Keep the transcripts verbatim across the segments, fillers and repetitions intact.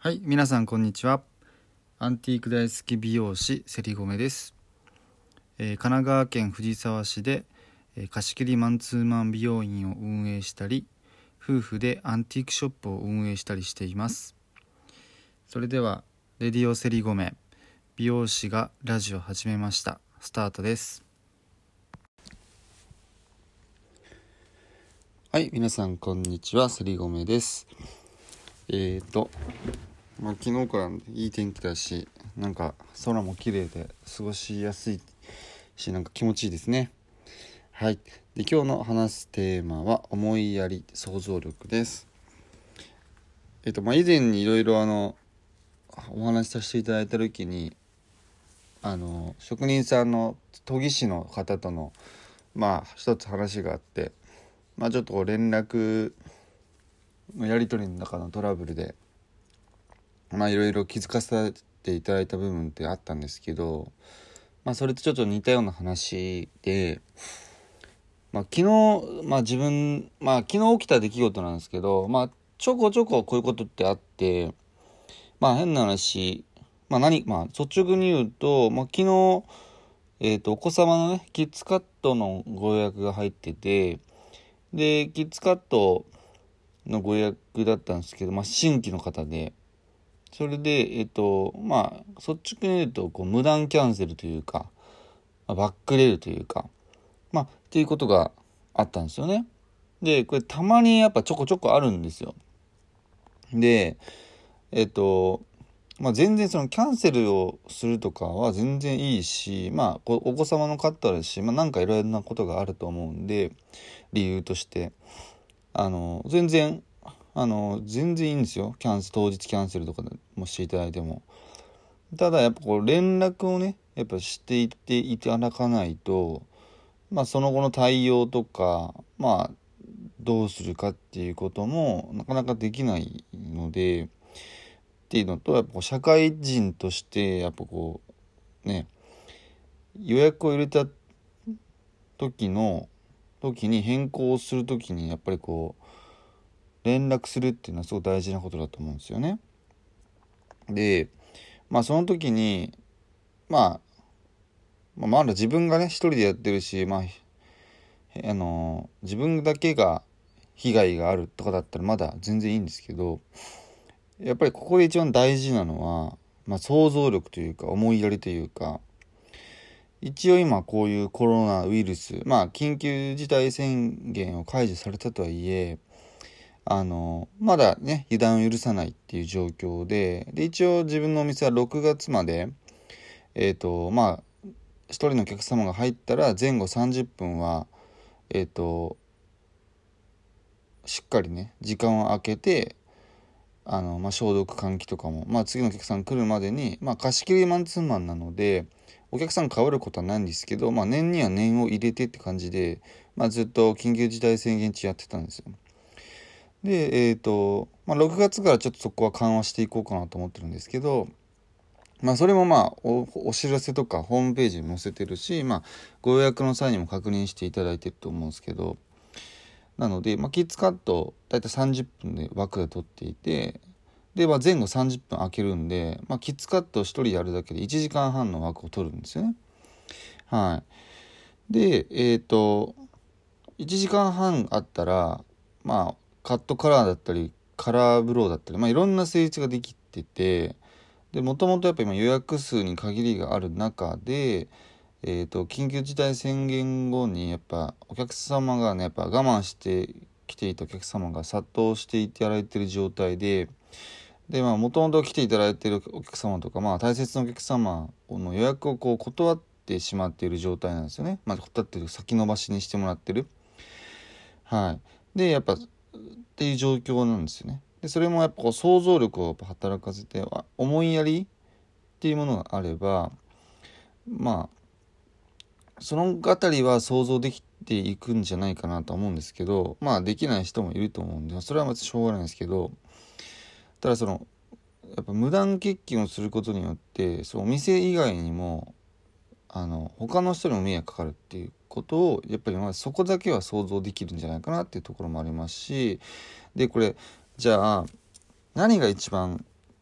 はい、皆さんこんにちは。アンティーク大好き美容師せりごめです。えー神奈川県藤沢市で、えー貸し切りマンツーマン美容院を運営したり、夫婦でアンティークショップを運営したりしています。それではレディオせりごめ美容師がラジオ始めました。スタートです。はい、皆さんこんにちは、せりごめです。えーとまあ、昨日からいい天気だし、なんか空も綺麗で過ごしやすいし、なんか気持ちいいですね。はい。で、今日の話すテーマは思いやり想像力です。えっとまあ以前にいろいろあのお話しさせていただいた時に、あの職人さんの研ぎ師の方とのまあ一つ話があって、まあちょっとこう連絡のやり取りの中のトラブルで。まあいろいろ気づかせていただいた部分ってあったんですけど、まあそれとちょっと似たような話で、まあ昨日、まあ自分、まあ昨日起きた出来事なんですけど、まあちょこちょここういうことってあって、まあ変な話、まあ何、まあ率直に言うと、まあ昨日、えっと、お子様のね、キッズカットのご予約が入ってて、で、キッズカットのご予約だったんですけど、まあ新規の方で、それで、えっと、まあ、率直に言うと、こう、無断キャンセルというか、まあ、バックレるというか、まあ、っていうことがあったんですよね。で、これたまにやっぱちょこちょこあるんですよ。で、えっと、まあ、全然そのキャンセルをするとかは全然いいし、まあ、お子様の方ですし、まあ、なんかいろいろなことがあると思うんで、理由として、あの、全然、あの、全然いいんですよ。キャンセル、当日キャンセルとかでもしていただいても。ただやっぱこう連絡をねやっぱしていっていただかないと、まあその後の対応とか、まあどうするかっていうこともなかなかできないのでっていうのと、やっぱこう社会人としてやっぱこうね、予約を入れた時の時に変更する時にやっぱりこう連絡するっていうのはすごい大事なことだと思うんですよね。で、まあその時にまあまあ、まだ自分がね一人でやってるし、まああの自分だけが被害があるとかだったらまだ全然いいんですけど、やっぱりここで一番大事なのは、まあ、想像力というか思いやりというか、一応今こういうコロナウイルス、まあ緊急事態宣言を解除されたとはいえ、あのまだね油断を許さないっていう状況で、で一応自分のお店はろくがつまでえっとまあ一人のお客様が入ったら前後さんじゅっぷんはえっとしっかりね時間を空けて、あの、まあ、消毒換気とかも、まあ、次のお客さん来るまでに、まあ、貸し切りマンツーマンなのでお客さん変わることはないんですけど、まあ、念には念を入れてって感じで、まあ、ずっと緊急事態宣言中やってたんですよ。でえっと、まあ、ろくがつからちょっとそこは緩和していこうかなと思ってるんですけど、まあそれもまあ お, お知らせとかホームページに載せてるし、まあご予約の際にも確認していただいてると思うんですけど、なので、まあ、キッズカットだいたいさんじゅっぷんで枠で取っていて、で、まあ、前後さんじゅっぷん空けるんで、まあ、キッズカットをひとりやるだけでいちじかんはんの枠を取るんですよね。はい。で、えっと、いちじかんはんあったら、まあ、カットカラーだったり、カラーブローだったり、まあ、いろんな施術ができてて、で、もともとやっぱ今予約数に限りがある中で、えーと、緊急事態宣言後にやっぱお客様がねやっぱ我慢して来ていたお客様が殺到していただいている状態で、でまあもともと来ていただいているお客様とか、まあ大切なお客様の予約をこう断ってしまっている状態なんですよね。まあ断ってる、先延ばしにしてもらってる。はい。でやっぱっていう状況なんですよね。でそれもやっぱこう想像力をやっぱ働かせて、思いやりっていうものがあれば、まあそのあたりは想像できていくんじゃないかなと思うんですけど、まあできない人もいると思うんで、それはまずしょうがないんですけど、ただそのやっぱ無断欠勤をすることによって、そのお店以外にもあの他の人にも迷惑かかるっていうことをやっぱりまあそこだけは想像できるんじゃないかなっていうところもありますし、でこれじゃあ何が一番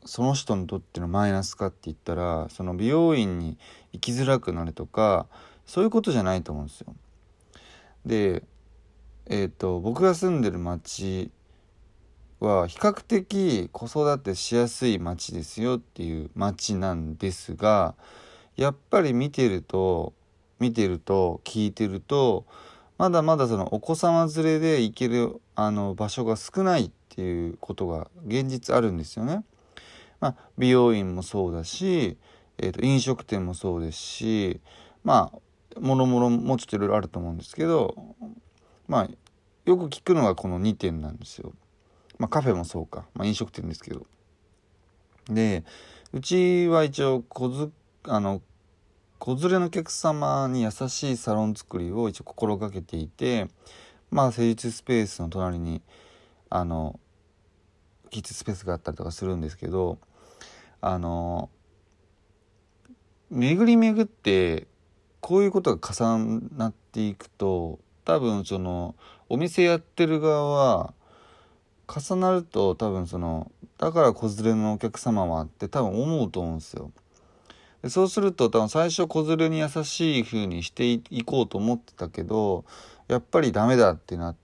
その人にとってのマイナスかって言ったら、その美容院に行きづらくなるとかそういうことじゃないと思うんですよ。で、えーと、僕が住んでる町は比較的子育てしやすい町ですよっていう町なんですが、やっぱり見てると見てると聞いてるとまだまだそのお子様連れで行けるあの場所が少ないっていうことが現実あるんですよね。まあ、美容院もそうだし、えーと、飲食店もそうですし、まあもろもろもうちょっといろいろあると思うんですけど、まあよく聞くのがこのにてんなんですよ。まあカフェもそうか、まあ、飲食店ですけど。で、うちは一応子ずあの子連れのお客様に優しいサロン作りを一応心がけていて、まあ施術スペースの隣にあのキッズスペースがあったりとかするんですけど、あの巡り巡ってこういうことが重なっていくと、多分そのお店やってる側は重なると多分そのだから子連れのお客様はって多分思うと思うんですよ。でそうすると多分最初子連れに優しい風にしていこうと思ってたけど、やっぱりダメだってなって、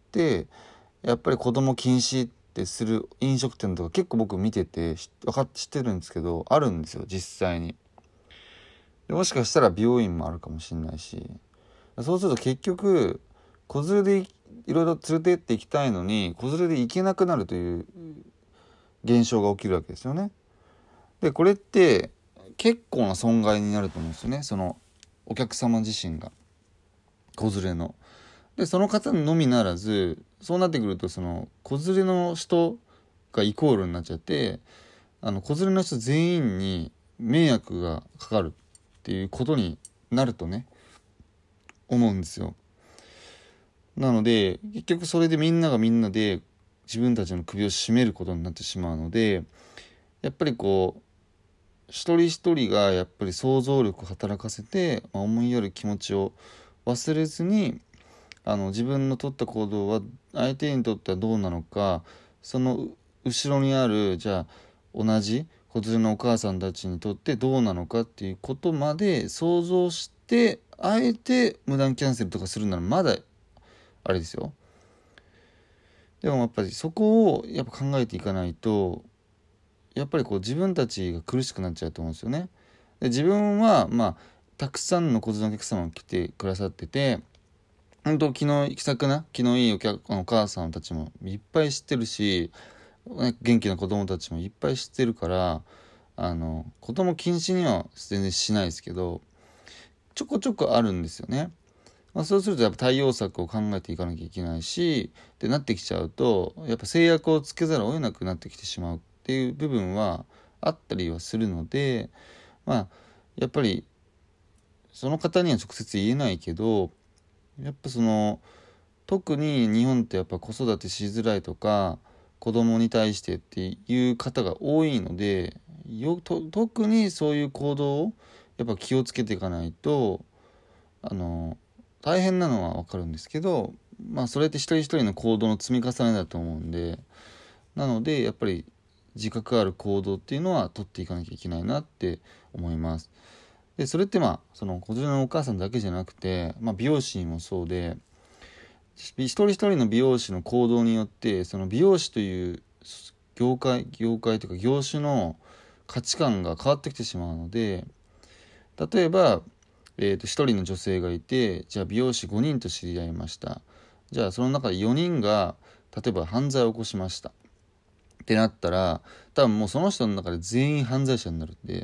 やっぱり子供禁止ってする飲食店とか結構僕見てて分かって知ってるんですけど、あるんですよ実際に。でもしかしたら美容院もあるかもしれないし、そうすると結局子連れでいろいろ連れてって行きたいのに子連れで行けなくなるという現象が起きるわけですよね。でこれって結構な損害になると思うんですよね、そのお客様自身が子連れの。でその方のみならず、そうなってくるとその子連れの人がイコールになっちゃって、あの子連れの人全員に迷惑がかかるっていうことになるとね思うんですよ。なので結局それでみんながみんなで自分たちの首を絞めることになってしまうので、やっぱりこう一人一人がやっぱり想像力を働かせて、まあ、思いやる気持ちを忘れずに、あの自分の取った行動は相手にとってはどうなのか、その後ろにあるじゃあ同じ子連れのお母さんたちにとってどうなのかっていうことまで想像して、あえて無断キャンセルとかするならまだあれですよ。でもやっぱりそこをやっぱ考えていかないと、やっぱりこう自分たちが苦しくなっちゃうと思うんですよね。で自分はまあたくさんの子連れのお客様が来てくださってて、本当気の気さくな気のいいお客お母さんたちもいっぱい知ってるし、元気な子供たちもいっぱい知ってるから、あの子供禁止には全然しないですけど、ちょこちょこあるんですよね。まあ、そうするとやっぱ対応策を考えていかなきゃいけないし、でなってきちゃうとやっぱ制約をつけざるを得なくなってきてしまうっていう部分はあったりはするので、まあやっぱりその方には直接言えないけど、やっぱその特に日本ってやっぱ子育てしづらいとか子供に対してっていう方が多いので、よと特にそういう行動をやっぱ気をつけていかないと、あの大変なのは分かるんですけど、まあそれって一人一人の行動の積み重ねだと思うんで、なのでやっぱり自覚ある行動っていうのは取っていかなきゃいけないなって思います。でそれってまあその子連れのお母さんだけじゃなくて、まあ、美容師もそうで、一人一人の美容師の行動によってその美容師という業界業界というか業種の価値観が変わってきてしまうので、例えばえー、とひとりの女性がいて、じゃあ美容師ごにんと知り合いました。じゃあその中でよにんが例えば犯罪を起こしましたってなったら、多分もうその人の中で全員犯罪者になるんで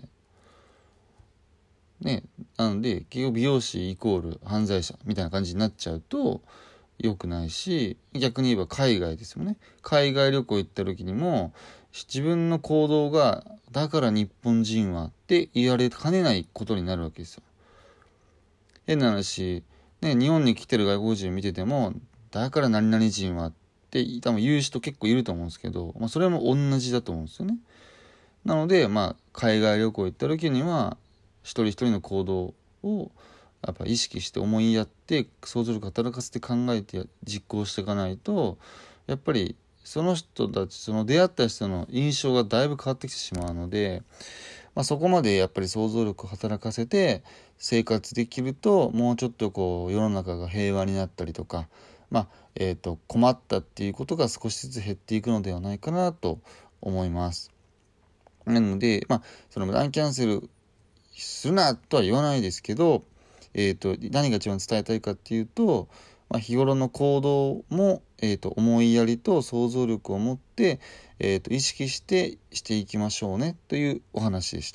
ね。なので結局美容師イコール犯罪者みたいな感じになっちゃうと良くないし、逆に言えば海外ですよね。海外旅行行った時にも自分の行動がだから日本人はって言われかねないことになるわけですよ。変な話、ね、日本に来てる外国人見ててもだから何々人はって多分言う人結構いると思うんですけど、まあ、それも同じだと思うんですよね。なので、まあ、海外旅行行った時には一人一人の行動をやっぱ意識して思いやって想像力働かせて考えて実行していかないと、やっぱりその人たちその出会った人の印象がだいぶ変わってきてしまうので、まあ、そこまでやっぱり想像力を働かせて生活できると、もうちょっとこう世の中が平和になったりとか、まあえー、と困ったっていうことが少しずつ減っていくのではないかなと思います。なので、まあ、その無断キャンセルするなとは言わないですけど、えー、と何が一番伝えたいかっていうと、まあ、日頃の行動も、えー、と思いやりと想像力を持って、えー、と意識してしていきましょうねというお話でした。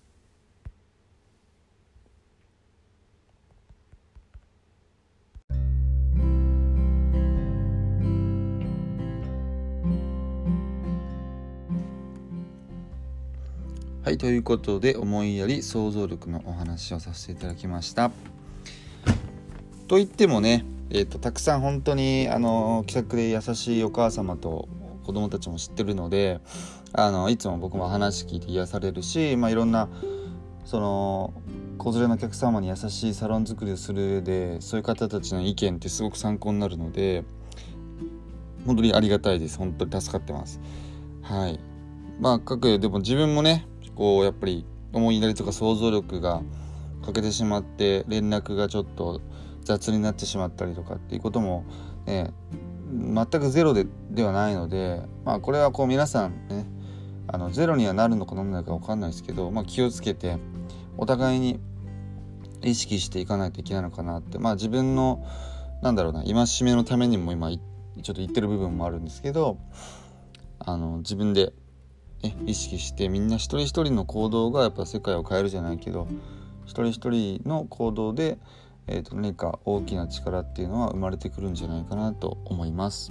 はい、ということで思いやり想像力のお話をさせていただきました。といってもね、えー、とたくさん本当にあの気さくで優しいお母様と子供たちも知ってるので、あのいつも僕も話聞いて癒されるし、まあ、いろんなその子連れのお客様に優しいサロン作りをする上で、そういう方たちの意見ってすごく参考になるので、本当にありがたいです。本当に助かってます。はい。まあ各でも自分もね、こうやっぱり思いやりとか想像力が欠けてしまって連絡がちょっと雑になってしまったりとかっていうことも、ね、全くゼロで、ではないので、まあこれはこう皆さんね、あのゼロにはなるのかならないか分かんないですけど、まあ、気をつけてお互いに意識していかないといけないのかなって、まあ自分のなんだろうな戒めのためにも今ちょっと言ってる部分もあるんですけど、あの自分でね、意識してみんな一人一人の行動がやっぱ世界を変えるじゃないけど、一人一人の行動で、えーと、何か大きな力っていうのは生まれてくるんじゃないかなと思います。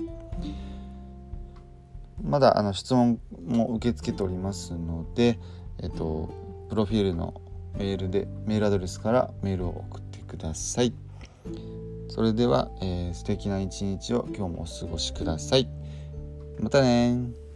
まだあの質問も受け付けておりますので、えーと、プロフィールのメールでメールアドレスからメールを送ってください。それでは、えー、素敵な一日を今日もお過ごしください。またね。